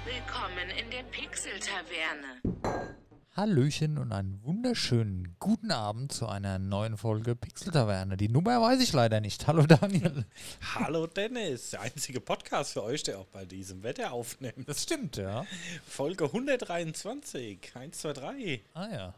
Willkommen in der Pixel-Taverne. Hallöchen und einen wunderschönen guten Abend zu einer neuen Folge Pixel-Taverne. Die Nummer weiß ich leider nicht. Hallo Daniel. Hallo Dennis, der einzige Podcast für euch, der auch bei diesem Wetter aufnimmt. Das stimmt, ja. Folge 123, 1, 2, 3. Ah ja.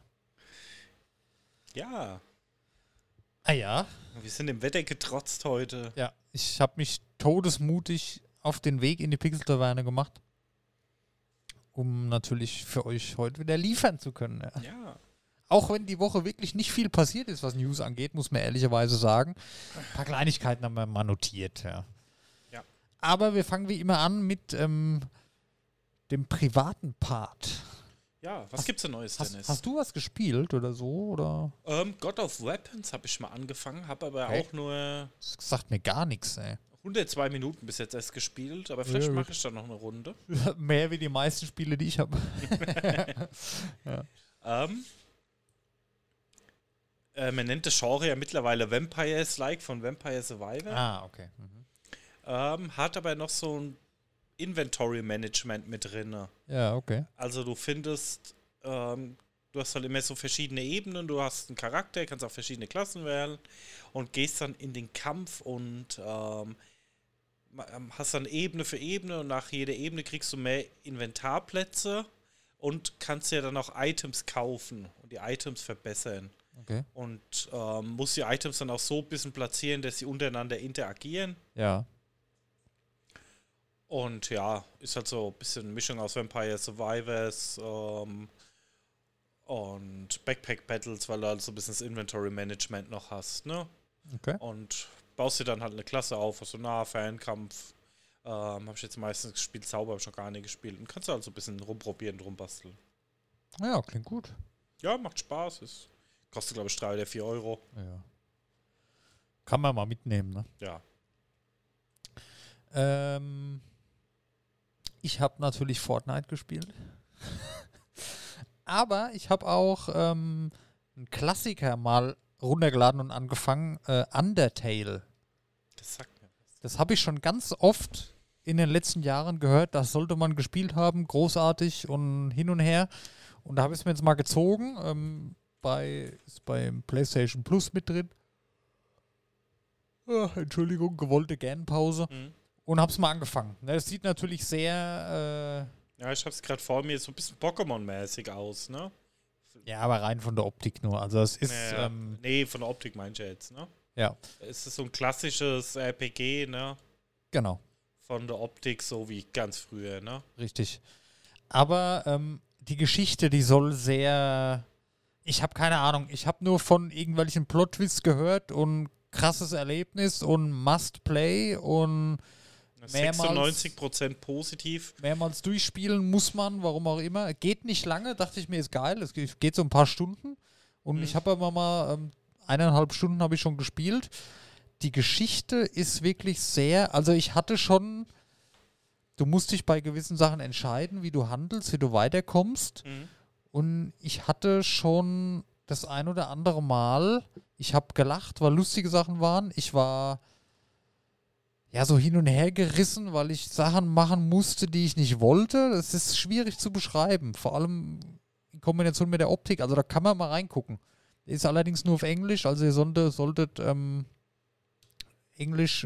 Ja, Ah ja. wir sind dem Wetter getrotzt heute. Ja, ich habe mich todesmutig auf den Weg in die Pixel-Taverne gemacht, um natürlich für euch heute wieder liefern zu können. Ja. Ja, Auch wenn die Woche wirklich nicht viel passiert ist, was News angeht, muss man ehrlicherweise sagen. Ein paar Kleinigkeiten haben wir mal notiert, ja. Ja. Aber wir fangen wie immer an mit dem privaten Part. ja, was gibt's denn Neues, Dennis? Hast du was gespielt oder so? Oder? God of Weapons habe ich mal angefangen, habe aber Okay. auch nur Das sagt mir gar nichts, ey. 102 Minuten bis jetzt erst gespielt, aber vielleicht Ja, mache ich dann noch eine Runde. Mehr wie die meisten Spiele, die ich habe. Man nennt das Genre ja mittlerweile Vampires-like von Vampire Survivor. Ah, okay. Mhm. Hat aber noch so ein Inventory-Management mit drin. Ja, okay. Also du findest, du hast halt immer so verschiedene Ebenen, du hast einen Charakter, kannst auch verschiedene Klassen wählen und gehst dann in den Kampf und hast dann Ebene für Ebene und nach jeder Ebene kriegst du mehr Inventarplätze und kannst ja dann auch Items kaufen und die Items verbessern. Okay. Und musst die Items dann auch so ein bisschen platzieren, dass sie untereinander interagieren. Ja. Und ja, ist halt so ein bisschen Mischung aus Vampire Survivors und Backpack Battles, weil du halt so ein bisschen das Inventory Management noch hast, ne? Okay. Und baust dir dann halt eine Klasse auf, also Fernkampf. Habe ich jetzt meistens gespielt, Zauber habe ich noch gar nicht gespielt. Und kannst du halt so ein bisschen rumprobieren, rumbasteln. Ja, klingt gut. Ja, macht Spaß. Kostet, glaube ich, 3 oder 4 Euro. Ja. Kann man mal mitnehmen, ne? Ja. Ich habe natürlich Fortnite gespielt. Aber ich habe auch einen Klassiker mal runtergeladen und angefangen. Undertale. Das sagt mir was. Das habe ich schon ganz oft in den letzten Jahren gehört. Das sollte man gespielt haben. Großartig und hin und her. Und da habe ich es mir jetzt mal gezogen. Ist beim PlayStation Plus mit drin. Entschuldigung, gewollte Gernpause. Mhm. Und hab's mal angefangen. Das sieht natürlich sehr, Ja, ich habe es gerade vor mir, so ein bisschen Pokémon-mäßig aus, ne? ja, aber rein von der Optik nur. Also es ist, Naja, nee, von der Optik meinst du jetzt, ne? ja, Es ist so ein klassisches RPG, ne? genau, Von der Optik, so wie ganz früher, ne? richtig. Aber die Geschichte, die soll sehr, ich habe keine Ahnung, ich habe nur von irgendwelchen Plot-Twists gehört und krasses Erlebnis und Must-Play und mehrmals 96% positiv. mehrmals durchspielen muss man, warum auch immer. Geht nicht lange, dachte ich mir, ist geil. Es geht so ein paar Stunden. Und ich habe aber mal 1,5 Stunden habe ich schon gespielt. Die Geschichte ist wirklich sehr, also ich hatte schon, du musst dich bei gewissen Sachen entscheiden, wie du handelst, wie du weiterkommst. Mhm. Und ich hatte schon das ein oder andere Mal, ich habe gelacht, weil lustige Sachen waren. Ich war ja so hin und her gerissen, weil ich Sachen machen musste, die ich nicht wollte. Das ist schwierig zu beschreiben, vor allem in Kombination mit der Optik. Also da kann man mal reingucken. Ist allerdings nur auf Englisch, also ihr solltet Englisch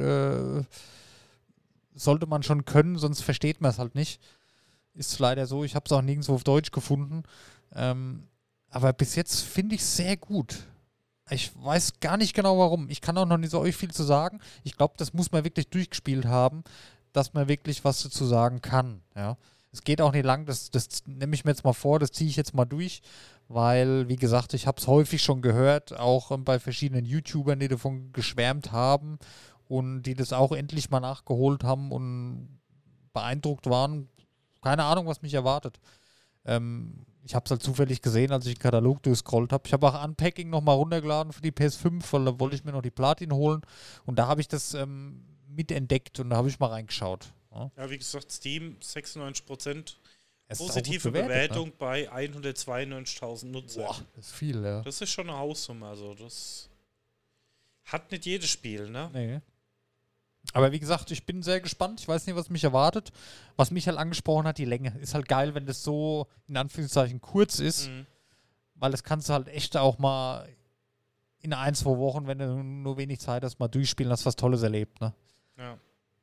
sollte man schon können, sonst versteht man es halt nicht. Ist leider so, ich habe es auch nirgendwo auf Deutsch gefunden. Aber bis jetzt finde ich es sehr gut. Ich weiß gar nicht genau warum. Ich kann auch noch nicht so euch viel zu sagen. Ich glaube, das muss man wirklich durchgespielt haben, dass man wirklich was dazu sagen kann. Ja. Es geht auch nicht lang, das nehme ich mir jetzt mal vor, das ziehe ich jetzt mal durch, weil, wie gesagt, ich habe es häufig schon gehört, auch bei verschiedenen YouTubern, die davon geschwärmt haben und die das auch endlich mal nachgeholt haben und beeindruckt waren. Keine Ahnung, was mich erwartet. Ich habe es halt zufällig gesehen, als ich den Katalog durchscrollt habe. Ich habe auch Unpacking nochmal runtergeladen für die PS5, weil da wollte ich mir noch die Platin holen. Und da habe ich das mitentdeckt und da habe ich mal reingeschaut. Ja. Ja, wie gesagt, Steam 96%. Es ist Positive auch gut bewertet, Bewertung bei 192.000 Nutzern. Boah, das ist viel, ja. Das ist schon eine Hausnummer. Also das hat nicht jedes Spiel, ne? Nee. Aber wie gesagt, ich bin sehr gespannt. Ich weiß nicht, was mich erwartet. Was mich halt angesprochen hat, die Länge. Ist halt geil, wenn das so in Anführungszeichen kurz ist, weil das kannst du halt echt auch mal in 1-2 Wochen, wenn du nur wenig Zeit hast, mal durchspielen, hast was Tolles erlebt. Ne? Ja.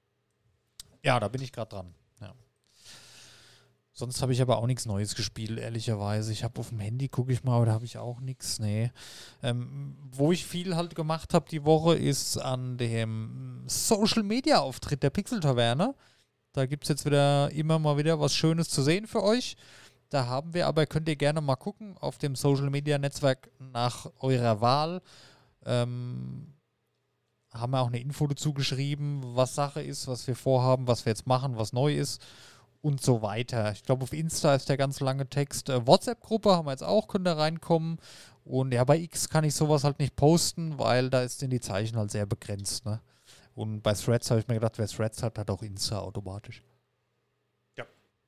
Ja, da bin ich gerade dran. Ja. Sonst habe ich aber auch nichts Neues gespielt, ehrlicherweise. Ich habe auf dem Handy, gucke ich mal, aber da habe ich auch nichts. Nee. Wo ich viel halt gemacht habe die Woche, ist an dem Social-Media-Auftritt der Pixel-Taverne. Da gibt es jetzt wieder immer mal wieder was Schönes zu sehen für euch. Da haben wir aber, könnt ihr gerne mal gucken, auf dem Social-Media-Netzwerk nach eurer Wahl. Haben wir auch eine Info dazu geschrieben, was Sache ist, was wir vorhaben, was wir jetzt machen, was neu ist und so weiter. Ich glaube, auf Insta ist der ganz lange Text. WhatsApp-Gruppe haben wir jetzt auch, könnt ihr reinkommen. Und ja, bei X kann ich sowas halt nicht posten, weil da sind die Zeichen halt sehr begrenzt. Ne? Und bei Threads habe ich mir gedacht, wer Threads hat, hat auch Insta automatisch. Ja.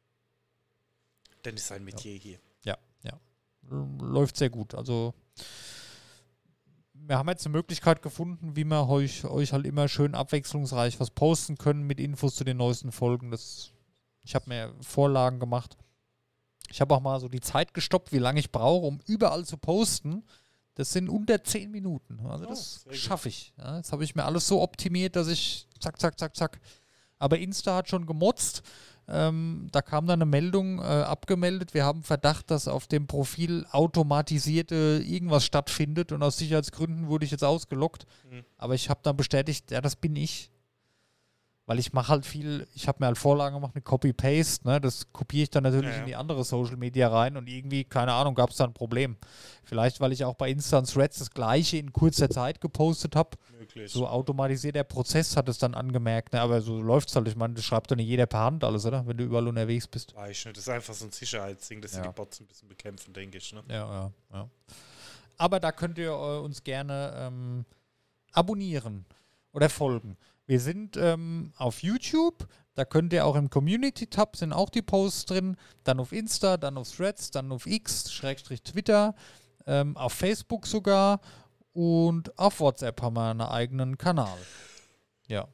Denn ist ein Metier hier. Ja. Läuft sehr gut. Also wir haben jetzt eine Möglichkeit gefunden, wie wir euch halt immer schön abwechslungsreich was posten können mit Infos zu den neuesten Folgen. Ich habe mir Vorlagen gemacht. Ich habe auch mal so die Zeit gestoppt, wie lange ich brauche, um überall zu posten. Das sind unter 10 Minuten. Also das schaffe ich. Ja, jetzt habe ich mir alles so optimiert, dass ich zack. Aber Insta hat schon gemotzt. Da kam dann eine Meldung, abgemeldet. Wir haben Verdacht, dass auf dem Profil automatisierte irgendwas stattfindet und aus Sicherheitsgründen wurde ich jetzt ausgeloggt. Aber ich habe dann bestätigt, ja, das bin ich. Weil ich mache halt viel, ich habe mir halt Vorlagen gemacht, eine Copy-Paste, ne? Das kopiere ich dann natürlich in die andere Social Media rein und irgendwie, keine Ahnung, gab es da ein Problem. Vielleicht, weil ich auch bei Insta und Threads das Gleiche in kurzer Zeit gepostet habe. So automatisiert der Prozess hat es dann angemerkt, ne? Aber so läuft es halt. Ich meine, das schreibt doch nicht jeder per Hand alles, oder? Wenn du überall unterwegs bist. Weiß ich nicht, das ist einfach so ein Sicherheitsding, dass sie die Bots ein bisschen bekämpfen, denke ich. Ne? Ja. Aber da könnt ihr uns gerne abonnieren oder folgen. Wir sind auf YouTube, da könnt ihr auch im Community-Tab, sind auch die Posts drin, dann auf Insta, dann auf Threads, dann auf X/Twitter, auf Facebook sogar und auf WhatsApp haben wir einen eigenen Kanal. Ja.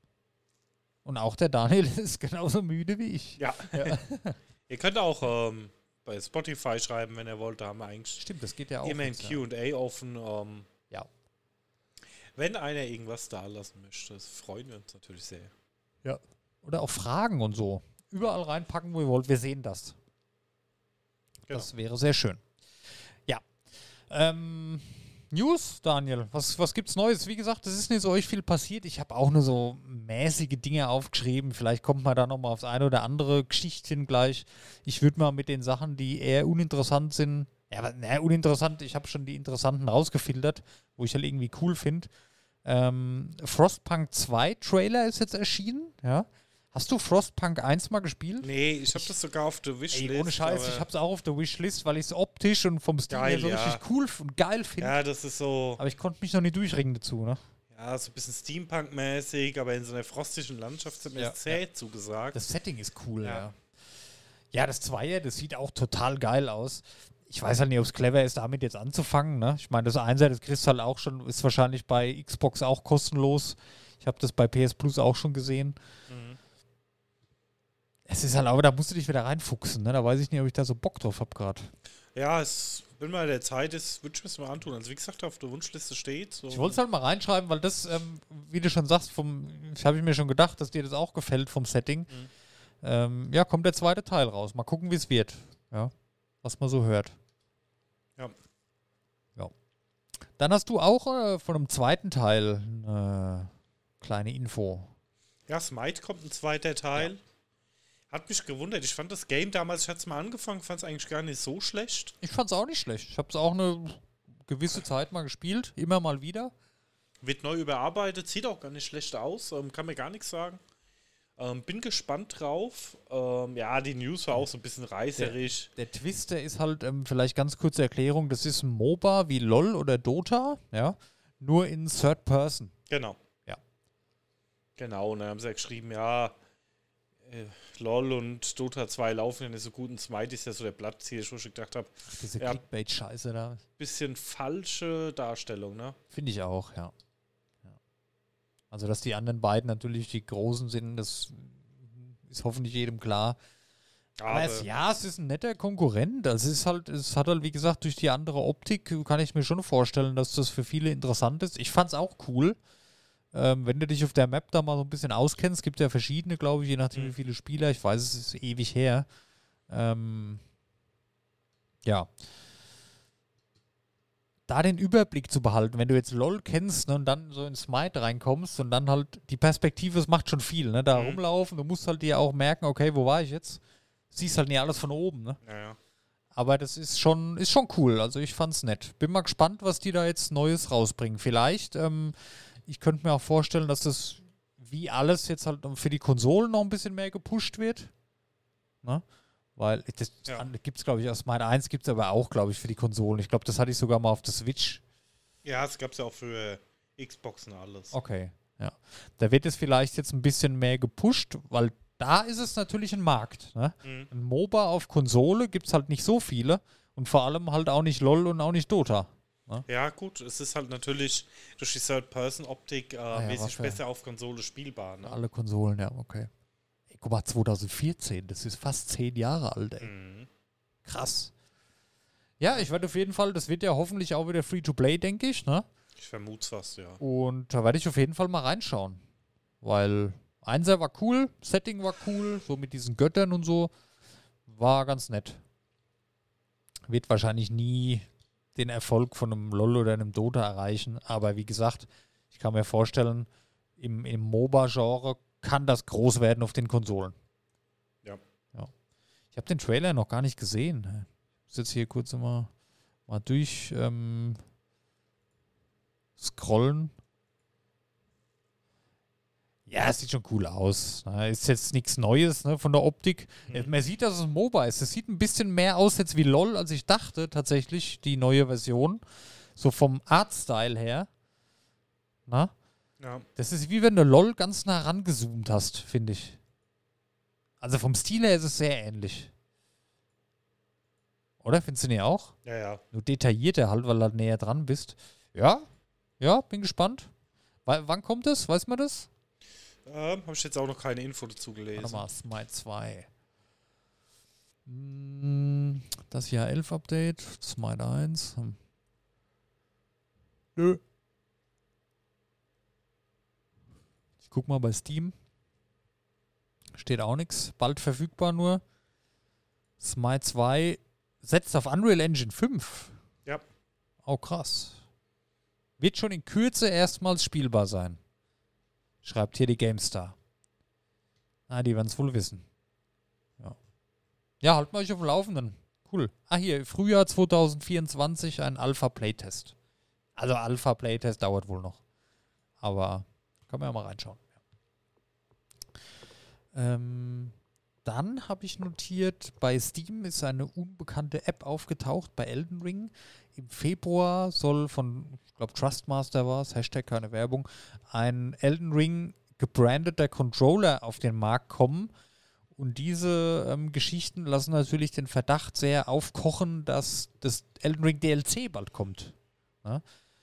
Und auch der Daniel ist genauso müde wie ich. Ja. Ihr könnt auch bei Spotify schreiben, wenn ihr wollt, da haben wir eigentlich Stimmt, das geht ja auch. immer ein Q&A offen. Ja. Wenn einer irgendwas da lassen möchte, das freuen wir uns natürlich sehr. Ja. Oder auch Fragen und so. Überall reinpacken, wo ihr wollt. Wir sehen das. Genau. Das wäre sehr schön. Ja. News, Daniel. Was gibt's Neues? Wie gesagt, es ist nicht so euch viel passiert. Ich habe auch nur so mäßige Dinge aufgeschrieben. Vielleicht kommt man da nochmal aufs eine oder andere Geschichtchen gleich. Ich würde mal mit den Sachen, die eher uninteressant sind, uninteressant, ich habe schon die interessanten rausgefiltert, wo ich halt irgendwie cool finde. Frostpunk 2 Trailer ist jetzt erschienen, ja. Hast du Frostpunk 1 mal gespielt? Nee, ich habe das sogar auf der Wishlist. Ohne Scheiß, ich habe es auch auf der Wishlist, weil ich es optisch und vom Stil her so richtig cool und geil finde. Ja, das ist so... Aber ich konnte mich noch nicht durchringen dazu, ne? Ja, so ein bisschen Steampunk-mäßig, aber in so einer frostischen Landschaft hat mir zäh zugesagt. Das Setting ist cool, ja. Ja, das Zweier, das sieht auch total geil aus. Ich weiß halt nicht, ob es clever ist, damit jetzt anzufangen, ne? Ich meine, das Einser, das kriegst du halt auch schon, ist wahrscheinlich bei Xbox auch kostenlos. Ich habe das bei PS Plus auch schon gesehen. Es ist halt aber, da musst du dich wieder reinfuchsen, ne? Da weiß ich nicht, ob ich da so Bock drauf habe gerade. Ja, wenn mal der Zeit ist, würde ich mir das mal antun. Also wie gesagt, auf der Wunschliste steht. So. Ich wollte es halt mal reinschreiben, weil das, wie du schon sagst, habe ich mir schon gedacht, dass dir das auch gefällt vom Setting. Ja, kommt der zweite Teil raus. Mal gucken, wie es wird. Ja, was man so hört. Ja. Dann hast du auch von einem zweiten Teil eine kleine Info. Ja, Smite kommt ein zweiter Teil. Ja. Hat mich gewundert. Ich fand das Game damals, ich hatte es mal angefangen, fand es eigentlich gar nicht so schlecht. Ich fand es auch nicht schlecht. Ich habe es auch eine gewisse Zeit mal gespielt, immer mal wieder. Wird neu überarbeitet, sieht auch gar nicht schlecht aus, kann mir gar nichts sagen. Bin gespannt drauf. Ja, die News war auch so ein bisschen reißerisch. Der Twister ist halt, vielleicht ganz kurze Erklärung, das ist ein MOBA wie LOL oder Dota, ja, nur in Third Person. Genau. Ja. Genau, und dann haben sie ja geschrieben, ja, LOL und Dota 2 laufen ja nicht so gut und Smite ist ja so der Platz hier, wo ich gedacht habe. Diese Clickbait-Scheiße da. Bisschen falsche Darstellung, ne? Finde ich auch, ja. Also, dass die anderen beiden natürlich die Großen sind, das ist hoffentlich jedem klar. Aber es ist ein netter Konkurrent. Es hat halt, wie gesagt, durch die andere Optik kann ich mir schon vorstellen, dass das für viele interessant ist. Ich fand es auch cool. Wenn du dich auf der Map da mal so ein bisschen auskennst, gibt ja verschiedene, glaube ich, je nachdem wie viele Spieler. Ich weiß, es ist ewig her. Ja. Da den Überblick zu behalten, wenn du jetzt LOL kennst, ne, und dann so in Smite reinkommst und dann halt die Perspektive, es macht schon viel, ne? Da rumlaufen, du musst halt dir auch merken, okay, wo war ich jetzt? Siehst halt nicht alles von oben, ne? Ja. Aber das ist schon cool. Also ich fand's nett. Bin mal gespannt, was die da jetzt Neues rausbringen. Vielleicht, ich könnte mir auch vorstellen, dass das wie alles jetzt halt für die Konsolen noch ein bisschen mehr gepusht wird. Ne? Weil das gibt es, glaube ich, aus Smite 1 gibt es aber auch, glaube ich, für die Konsolen. Ich glaube, das hatte ich sogar mal auf der Switch. Ja, es gab es ja auch für Xbox und alles. Okay, ja. Da wird es vielleicht jetzt ein bisschen mehr gepusht, weil da ist es natürlich ein Markt. Ne? Ein MOBA auf Konsole gibt es halt nicht so viele und vor allem halt auch nicht LOL und auch nicht Dota. Ne? Ja, gut, es ist halt natürlich durch die Third-Person-Optik wesentlich besser auf Konsole spielbar. Ne? Alle Konsolen, ja, okay. Ey, guck mal, 2014, das ist fast 10 Jahre alt, ey. Krass. Ja, ich werde auf jeden Fall, das wird ja hoffentlich auch wieder Free-to-Play, denke ich, ne? Ich vermute es fast, ja. Und da werde ich auf jeden Fall mal reinschauen. Weil Einser war cool, Setting war cool, so mit diesen Göttern und so. War ganz nett. Wird wahrscheinlich nie den Erfolg von einem LoL oder einem Dota erreichen. Aber wie gesagt, ich kann mir vorstellen, im MOBA-Genre kann das groß werden auf den Konsolen. Ja. Ich habe den Trailer noch gar nicht gesehen. Ich muss jetzt hier kurz mal durch scrollen. Ja, es sieht schon cool aus. Ist jetzt nichts Neues, ne, von der Optik. Man sieht, dass es ein MOBA ist. Es sieht ein bisschen mehr aus jetzt wie LOL, als ich dachte, tatsächlich, die neue Version. So vom Artstyle her. Na? Ja. Das ist wie wenn du LOL ganz nah rangezoomt hast, finde ich. Also vom Stil her ist es sehr ähnlich. Oder? Findest du nicht auch? Ja. Nur detaillierter halt, weil du halt näher dran bist. Ja, bin gespannt. Wann kommt das? Weiß man das? Habe ich jetzt auch noch keine Info dazu gelesen. Warte mal, Smite 2. Das Jahr 11 Update, Smite 1. Nö. Ich guck mal bei Steam. Steht auch nichts. Bald verfügbar nur. Smite 2 setzt auf Unreal Engine 5. Ja. Oh, krass. Wird schon in Kürze erstmals spielbar sein. Schreibt hier die GameStar. Die werden es wohl wissen. Ja, halten wir euch auf dem Laufenden. Cool. Hier, Frühjahr 2024 ein Alpha-Playtest. Also Alpha-Playtest dauert wohl noch. Aber kann man ja mal reinschauen. Dann habe ich notiert, bei Steam ist eine unbekannte App aufgetaucht bei Elden Ring. Im Februar soll von, ich glaube Trustmaster war es, Hashtag keine Werbung, ein Elden Ring gebrandeter Controller auf den Markt kommen. Und diese Geschichten lassen natürlich den Verdacht sehr aufkochen, dass das Elden Ring DLC bald kommt. Ja?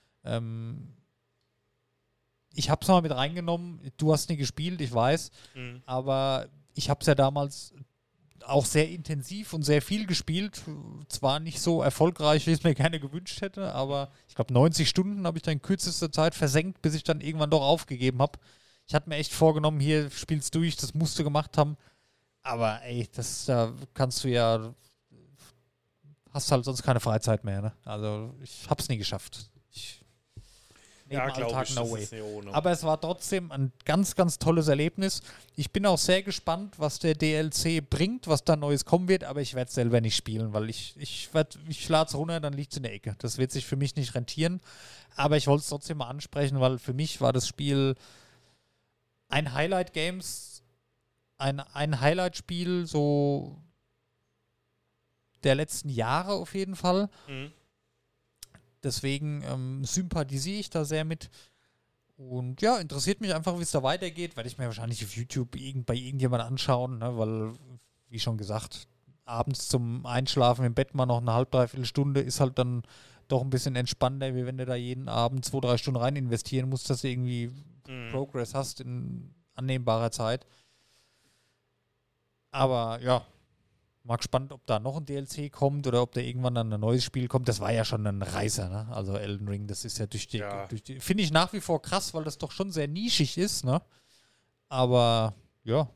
Ich habe es mal mit reingenommen. Du hast nie gespielt, ich weiß. Aber ich habe es ja damals auch sehr intensiv und sehr viel gespielt. Zwar nicht so erfolgreich, wie ich es mir gerne gewünscht hätte, aber ich glaube 90 Stunden habe ich dann in kürzester Zeit versenkt, bis ich dann irgendwann doch aufgegeben habe. Ich hatte mir echt vorgenommen, hier spielst du durch, das musst du gemacht haben. Aber ey, da kannst du ja, hast halt sonst keine Freizeit mehr, ne? Also ich hab's nie geschafft. Ja, glaube ich, das ist nicht ohne. Aber es war trotzdem ein ganz, ganz tolles Erlebnis. Ich bin auch sehr gespannt, was der DLC bringt, was da Neues kommen wird, aber ich werde es selber nicht spielen, weil ich lade es runter, dann liegt es in der Ecke. Das wird sich für mich nicht rentieren. Aber ich wollte es trotzdem mal ansprechen, weil für mich war das Spiel ein Highlight-Games, ein Highlight-Spiel so der letzten Jahre auf jeden Fall. Deswegen sympathisiere ich da sehr mit. Und ja, interessiert mich einfach, wie es da weitergeht. Werde ich mir wahrscheinlich auf YouTube bei irgendjemand anschauen, ne? Weil, wie schon gesagt, abends zum Einschlafen im Bett mal noch eine halbe, dreiviertel Stunde ist halt dann doch ein bisschen entspannter, wie wenn du da jeden Abend 2-3 Stunden rein investieren musst, dass du irgendwie Progress hast in annehmbarer Zeit. Aber ja, mal gespannt, ob da noch ein DLC kommt oder ob da irgendwann dann ein neues Spiel kommt. Das war ja schon ein Reißer, ne? Also Elden Ring, das ist ja durch die finde ich nach wie vor krass, weil das doch schon sehr nischig ist, ne? Aber ja,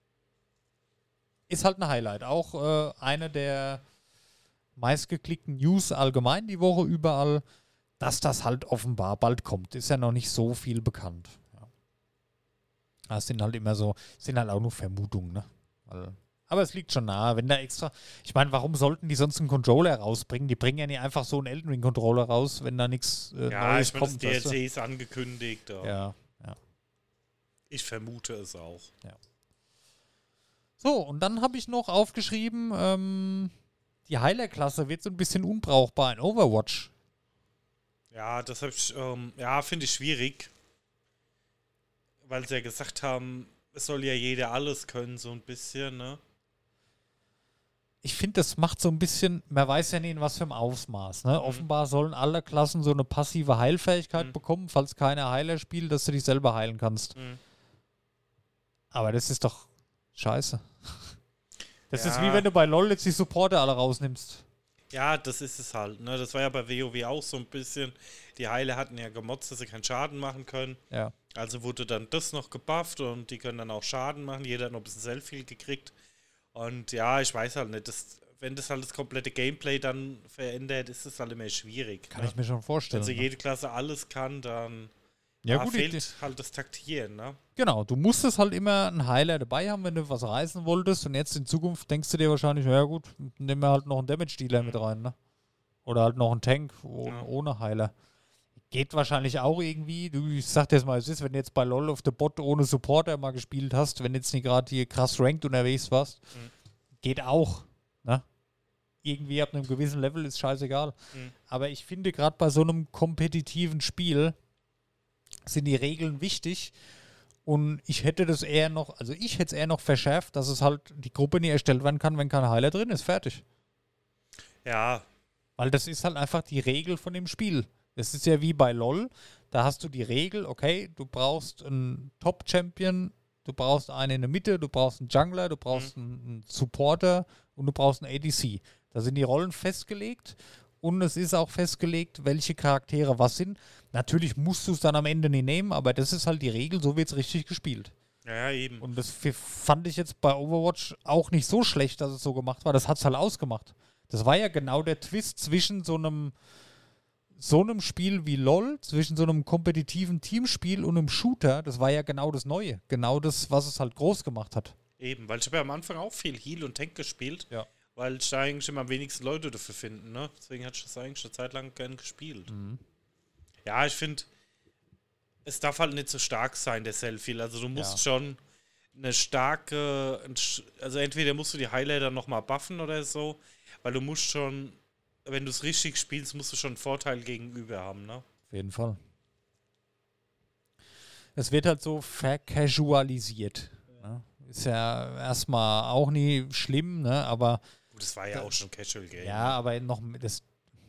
ist halt ein Highlight. Auch eine der meistgeklickten News allgemein die Woche überall, dass das halt offenbar bald kommt. Ist ja noch nicht so viel bekannt. Ja. Das sind halt immer so, sind halt auch nur Vermutungen, ne? Aber es liegt schon nahe, wenn da extra, ich meine, warum sollten die sonst einen Controller rausbringen? Die bringen ja nicht einfach so einen Elden Ring Controller raus, wenn da nichts Neues kommt. Ja, das DLC ist angekündigt. Ja. Ich vermute es auch. Ja. So, und dann habe ich noch aufgeschrieben, die Heiler-Klasse wird so ein bisschen unbrauchbar in Overwatch. Ja, das habe ich, finde ich schwierig. Weil sie ja gesagt haben, es soll ja jeder alles können, so ein bisschen, ne? Ich finde, das macht so ein bisschen, man weiß ja nicht, in was für einem Ausmaß, ne? Offenbar sollen alle Klassen so eine passive Heilfähigkeit bekommen, falls keiner Heiler spielt, dass du dich selber heilen kannst. Aber das ist doch scheiße. Das ist wie wenn du bei LoL jetzt die Supporter alle rausnimmst. Ja, das ist es halt, ne? Das war ja bei WoW auch so ein bisschen. Die Heiler hatten ja gemotzt, dass sie keinen Schaden machen können. Ja. Also wurde dann das noch gebufft und die können dann auch Schaden machen. Jeder hat noch ein bisschen Selfie gekriegt. Und ja, ich weiß halt nicht, wenn das halt das komplette Gameplay dann verändert, ist es halt immer schwierig. Kann ich mir schon vorstellen. Also jede Klasse alles kann, dann gut, fehlt halt das Taktieren, ne? Genau, du musstest halt immer einen Heiler dabei haben, wenn du was reißen wolltest. Und jetzt in Zukunft denkst du dir wahrscheinlich, ja gut, nehmen wir halt noch einen Damage-Dealer mit rein, ne? Oder halt noch einen Tank ohne Heiler. Geht wahrscheinlich auch irgendwie. Ich sag dir jetzt mal, es ist, wenn du jetzt bei LoL auf der Bot ohne Supporter mal gespielt hast, wenn jetzt nicht gerade hier krass ranked unterwegs warst, geht auch, ne? Irgendwie ab einem gewissen Level ist scheißegal. Aber ich finde, gerade bei so einem kompetitiven Spiel sind die Regeln wichtig. Und ich hätte es eher noch verschärft, dass es halt die Gruppe nie erstellt werden kann, wenn kein Heiler drin ist. Fertig. Ja. Weil das ist halt einfach die Regel von dem Spiel. Das ist ja wie bei LoL. Da hast du die Regel, okay, du brauchst einen Top-Champion, du brauchst einen in der Mitte, du brauchst einen Jungler, du brauchst einen Supporter und du brauchst einen ADC. Da sind die Rollen festgelegt. Und es ist auch festgelegt, welche Charaktere was sind. Natürlich musst du es dann am Ende nicht nehmen, aber das ist halt die Regel, so wird es richtig gespielt. Ja, eben. Und das fand ich jetzt bei Overwatch auch nicht so schlecht, dass es so gemacht war. Das hat es halt ausgemacht. Das war ja genau der Twist zwischen so einem Spiel wie LoL, zwischen so einem kompetitiven Teamspiel und einem Shooter. Das war ja genau das Neue. Genau das, was es halt groß gemacht hat. Eben, weil ich habe ja am Anfang auch viel Heal und Tank gespielt. Ja. Weil ich da eigentlich immer am wenigsten Leute dafür finden, ne? Deswegen hatte ich das eigentlich eine Zeit lang gern gespielt. Ja, ich finde, es darf halt nicht so stark sein, der Selfie. Also du musst schon eine starke, also entweder musst du die Highlighter nochmal buffen oder so, weil du musst schon, wenn du es richtig spielst, musst du schon einen Vorteil gegenüber haben, ne? Auf jeden Fall. Es wird halt so vercasualisiert. Ne? Ist ja erstmal auch nie schlimm, ne? Aber das war ja auch schon Casual Game. Ja, aber noch das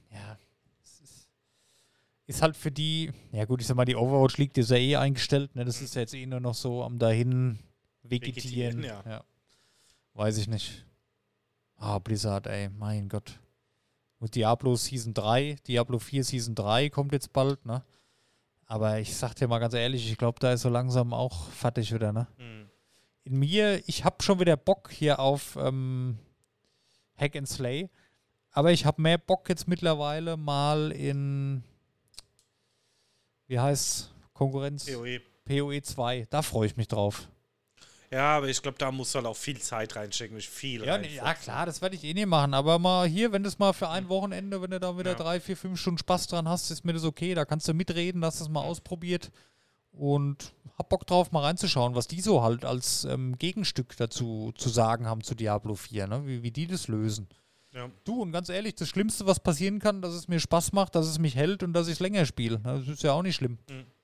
ist halt für die, ja gut, ich sag mal, die Overwatch League ist ja eh eingestellt, ne? Das ist ja jetzt eh nur noch so am dahin vegetieren. Ja. Weiß ich nicht. Blizzard, ey, mein Gott. Und Diablo Season 3, Diablo 4 Season 3 kommt jetzt bald, ne? Aber ich sag dir mal ganz ehrlich, ich glaube, da ist so langsam auch fertig wieder, ne? In mir, ich hab schon wieder Bock hier auf Hack and Slay. Aber ich habe mehr Bock jetzt mittlerweile mal in, wie heißt Konkurrenz? PoE 2. Da freue ich mich drauf. Ja, aber ich glaube, da musst du halt auch viel Zeit reinstecken. Ja, klar, das werde ich eh nicht machen. Aber mal hier, wenn das mal für ein Wochenende, wenn du da wieder 3, 4, 5 Stunden Spaß dran hast, ist mir das okay. Da kannst du mitreden, hast das mal ausprobiert. Und hab Bock drauf, mal reinzuschauen, was die so halt als Gegenstück dazu zu sagen haben zu Diablo 4, ne? Wie die das lösen. Ja. Du, und ganz ehrlich, das Schlimmste, was passieren kann, dass es mir Spaß macht, dass es mich hält und dass ich es länger spiele. Das ist ja auch nicht schlimm.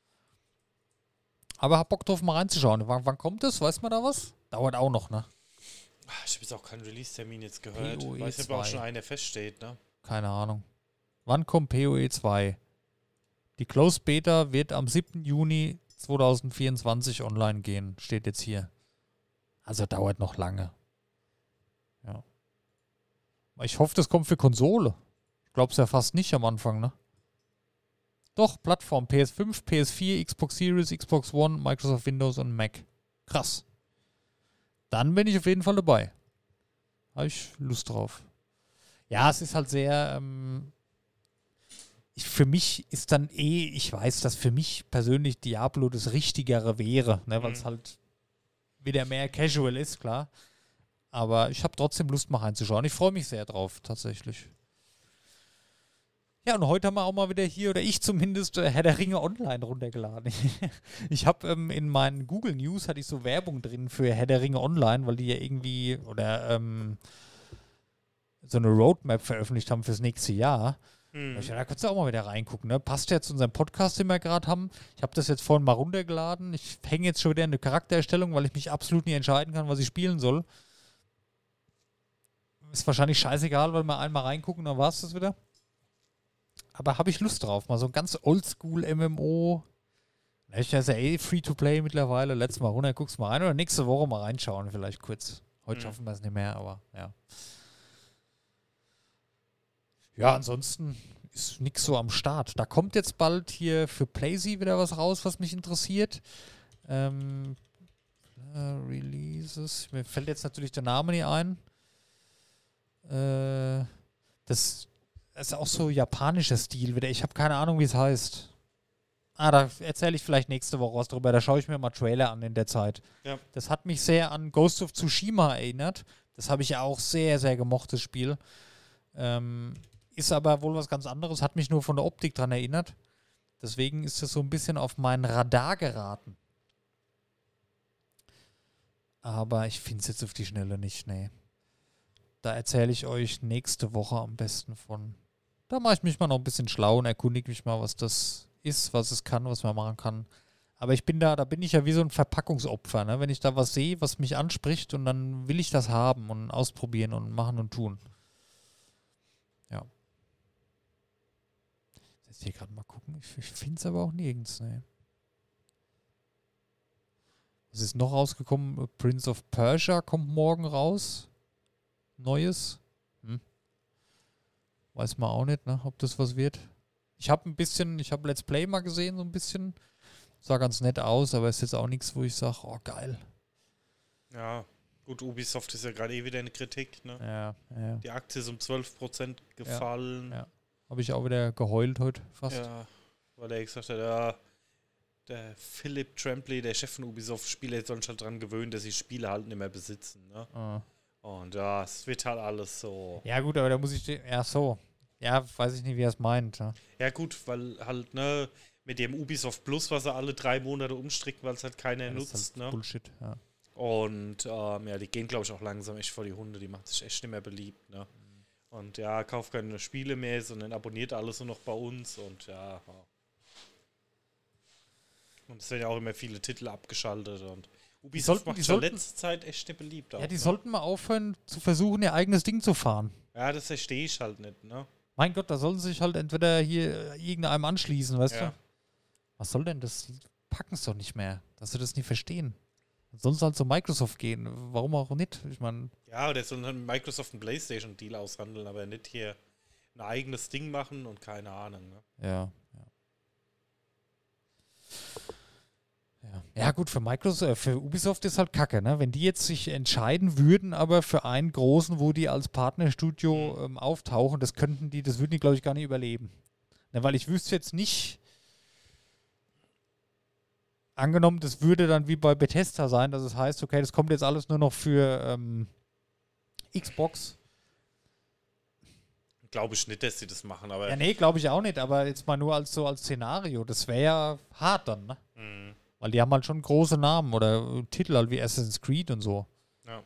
Aber hab Bock drauf, mal reinzuschauen. Wann kommt das? Weiß man da was? Dauert auch noch, ne? Ich habe jetzt auch keinen Release-Termin jetzt gehört. PoE Weiß aber auch schon einer feststeht, ne? Keine Ahnung. Wann kommt PoE 2? Die Closed Beta wird am 7. Juni 2024 online gehen, steht jetzt hier. Also dauert noch lange. Ja. Ich hoffe, das kommt für Konsole. Ich glaube es ja fast nicht am Anfang, ne? Doch, Plattform PS5, PS4, Xbox Series, Xbox One, Microsoft Windows und Mac. Krass. Dann bin ich auf jeden Fall dabei. Habe ich Lust drauf. Ja, es ist halt sehr, für mich ist dann ich weiß, dass für mich persönlich Diablo das Richtigere wäre, ne, weil es halt wieder mehr casual ist, klar. Aber ich habe trotzdem Lust, mal reinzuschauen. Ich freue mich sehr drauf, tatsächlich. Ja, und heute haben wir auch mal wieder hier, oder ich zumindest, Herr der Ringe online runtergeladen. Ich habe in meinen Google News hatte ich so Werbung drin für Herr der Ringe online, weil die ja irgendwie, oder so eine Roadmap veröffentlicht haben fürs nächste Jahr. Da kannst du auch mal wieder reingucken. Ne? Passt ja zu unserem Podcast, den wir gerade haben. Ich habe das jetzt vorhin mal runtergeladen. Ich hänge jetzt schon wieder in eine Charaktererstellung, weil ich mich absolut nicht entscheiden kann, was ich spielen soll. Ist wahrscheinlich scheißegal, weil wir einmal reingucken, dann war es das wieder. Aber habe ich Lust drauf. Mal so ein ganz Oldschool-MMO. Ich ist ja Free-to-Play mittlerweile. Letztes Mal runter, guckst mal rein. Oder nächste Woche mal reinschauen, vielleicht kurz. Heute schaffen wir es nicht mehr, aber ja. Ja, ansonsten ist nichts so am Start. Da kommt jetzt bald hier für PlayZ wieder was raus, was mich interessiert. Releases. Mir fällt jetzt natürlich der Name nicht ein. Das ist auch so japanischer Stil wieder. Ich habe keine Ahnung, wie es heißt. Da erzähle ich vielleicht nächste Woche was drüber. Da schaue ich mir mal Trailer an in der Zeit. Ja. Das hat mich sehr an Ghost of Tsushima erinnert. Das habe ich ja auch sehr, sehr gemocht, das Spiel. Ist aber wohl was ganz anderes. Hat mich nur von der Optik dran erinnert. Deswegen ist das so ein bisschen auf meinen Radar geraten. Aber ich finde es jetzt auf die Schnelle nicht, nee. Da erzähle ich euch nächste Woche am besten von. Da mache ich mich mal noch ein bisschen schlau und erkundige mich mal, was das ist, was es kann, was man machen kann. Aber ich bin da bin ich ja wie so ein Verpackungsopfer, ne? Wenn ich da was sehe, was mich anspricht und dann will ich das haben und ausprobieren und machen und tun. Ja. Jetzt hier gerade mal gucken. Ich finde es aber auch nirgends, ne? Was ist noch rausgekommen? Prince of Persia kommt morgen raus. Neues. Weiß man auch nicht, ne, ob das was wird. Ich habe Let's Play mal gesehen, so ein bisschen. Sah ganz nett aus, aber ist jetzt auch nichts, wo ich sage, oh geil. Ja, gut, Ubisoft ist ja gerade wieder in Kritik, ne? Ja. Die Aktie ist um 12% gefallen. Ja. Habe ich auch wieder geheult heute fast. Ja, weil er gesagt hat, der Philip Trampley, der Chef von Ubisoft, Spieler sollen sich halt dran gewöhnen, dass sie Spiele halt nicht mehr besitzen, ne? Und ja, es wird halt alles so. Ja gut, aber da muss ich... Ja, so. Ja, weiß ich nicht, wie er es meint. Ja gut, weil halt, ne, mit dem Ubisoft Plus, was er alle 3 Monate umstrickt, weil es halt keiner nutzt, ist halt ne? Bullshit, ja. Und die gehen, glaube ich, auch langsam echt vor die Hunde. Die macht sich echt nicht mehr beliebt, ne? Und ja, kauft keine Spiele mehr, sondern abonniert alles nur noch bei uns und ja. Und es werden ja auch immer viele Titel abgeschaltet und Ubisoft macht schon letzte Zeit echt nicht beliebt. Ja, die sollten mal aufhören zu versuchen, ihr eigenes Ding zu fahren. Ja, das verstehe ich halt nicht, ne? Mein Gott, da sollen sie sich halt entweder hier irgendeinem anschließen, weißt du? Was soll denn das? Die packen es doch nicht mehr, dass sie das nicht verstehen. Dann sollen sie halt zu Microsoft gehen. Warum auch nicht? Ich meine... Ja, der soll dann Microsoft einen PlayStation-Deal aushandeln, aber nicht hier ein eigenes Ding machen und keine Ahnung, ne? Ja. Ja gut, für Ubisoft ist halt kacke, ne? Wenn die jetzt sich entscheiden würden, aber für einen großen, wo die als Partnerstudio auftauchen, das würden die, glaube ich, gar nicht überleben. Ne, weil ich wüsste jetzt nicht, angenommen, das würde dann wie bei Bethesda sein, dass es heißt, okay, das kommt jetzt alles nur noch für Xbox. Glaube ich nicht, dass sie das machen, aber... Ja, nee, glaube ich auch nicht, aber jetzt mal nur als Szenario, das wäre ja hart dann, ne? Weil die haben halt schon große Namen oder Titel halt wie Assassin's Creed und so. Ja.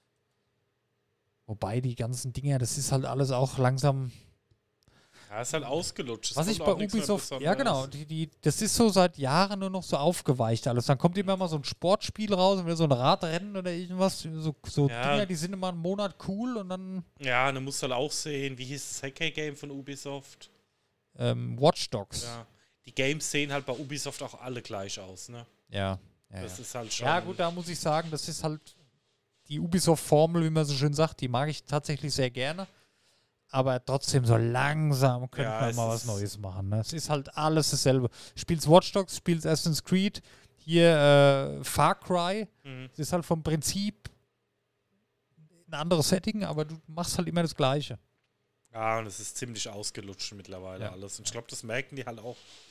Wobei die ganzen Dinger, das ist halt alles auch langsam... Ja, ist halt ausgelutscht. Was ich bei Ubisoft... Ja, genau. Das ist so seit Jahren nur noch so aufgeweicht alles. Dann kommt immer mal so ein Sportspiel raus, wieder so ein Radrennen oder irgendwas. So Dinger, die sind immer einen Monat cool und dann... Ja, dann musst du halt auch sehen, wie hieß das Hacker-Game von Ubisoft? Watch Dogs. Ja. Die Games sehen halt bei Ubisoft auch alle gleich aus, ne? Ja. Das ist halt schon. Ja, gut, da muss ich sagen, das ist halt die Ubisoft-Formel, wie man so schön sagt, die mag ich tatsächlich sehr gerne. Aber trotzdem so langsam könnte man mal was Neues machen. Ne? Es ist halt alles dasselbe. Spielst Watch Dogs, spielst Assassin's Creed, hier Far Cry. Es ist halt vom Prinzip ein anderes Setting, aber du machst halt immer das Gleiche. Ja, und es ist ziemlich ausgelutscht mittlerweile alles. Und ich glaube, das merken die halt auch.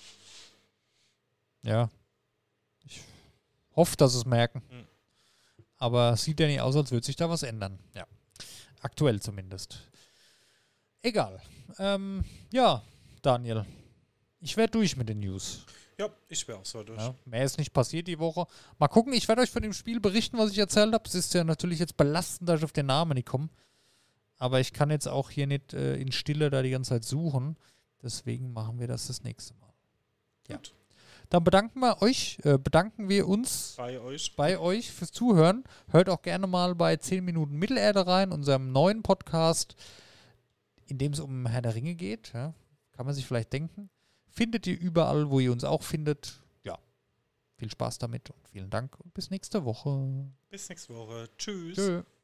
Ja. Ich hoffe, dass sie es merken. Aber es sieht ja nicht aus, als würde sich da was ändern. Ja. Aktuell zumindest. Egal. Ja, Daniel. Ich wäre durch mit den News. Ja, ich wäre auch so durch. Ja, mehr ist nicht passiert die Woche. Mal gucken, ich werde euch von dem Spiel berichten, was ich erzählt habe. Es ist ja natürlich jetzt belastend, dass ich auf den Namen nicht komme. Aber ich kann jetzt auch hier nicht in Stille da die ganze Zeit suchen. Deswegen machen wir das nächste Mal. Ja. Gut. Dann bedanken wir uns bei euch fürs Zuhören. Hört auch gerne mal bei 10 Minuten Mittelerde rein, unserem neuen Podcast, in dem es um Herr der Ringe geht. Ja, kann man sich vielleicht denken. Findet ihr überall, wo ihr uns auch findet. Ja, viel Spaß damit und vielen Dank und bis nächste Woche. Bis nächste Woche. Tschüss. Tschö.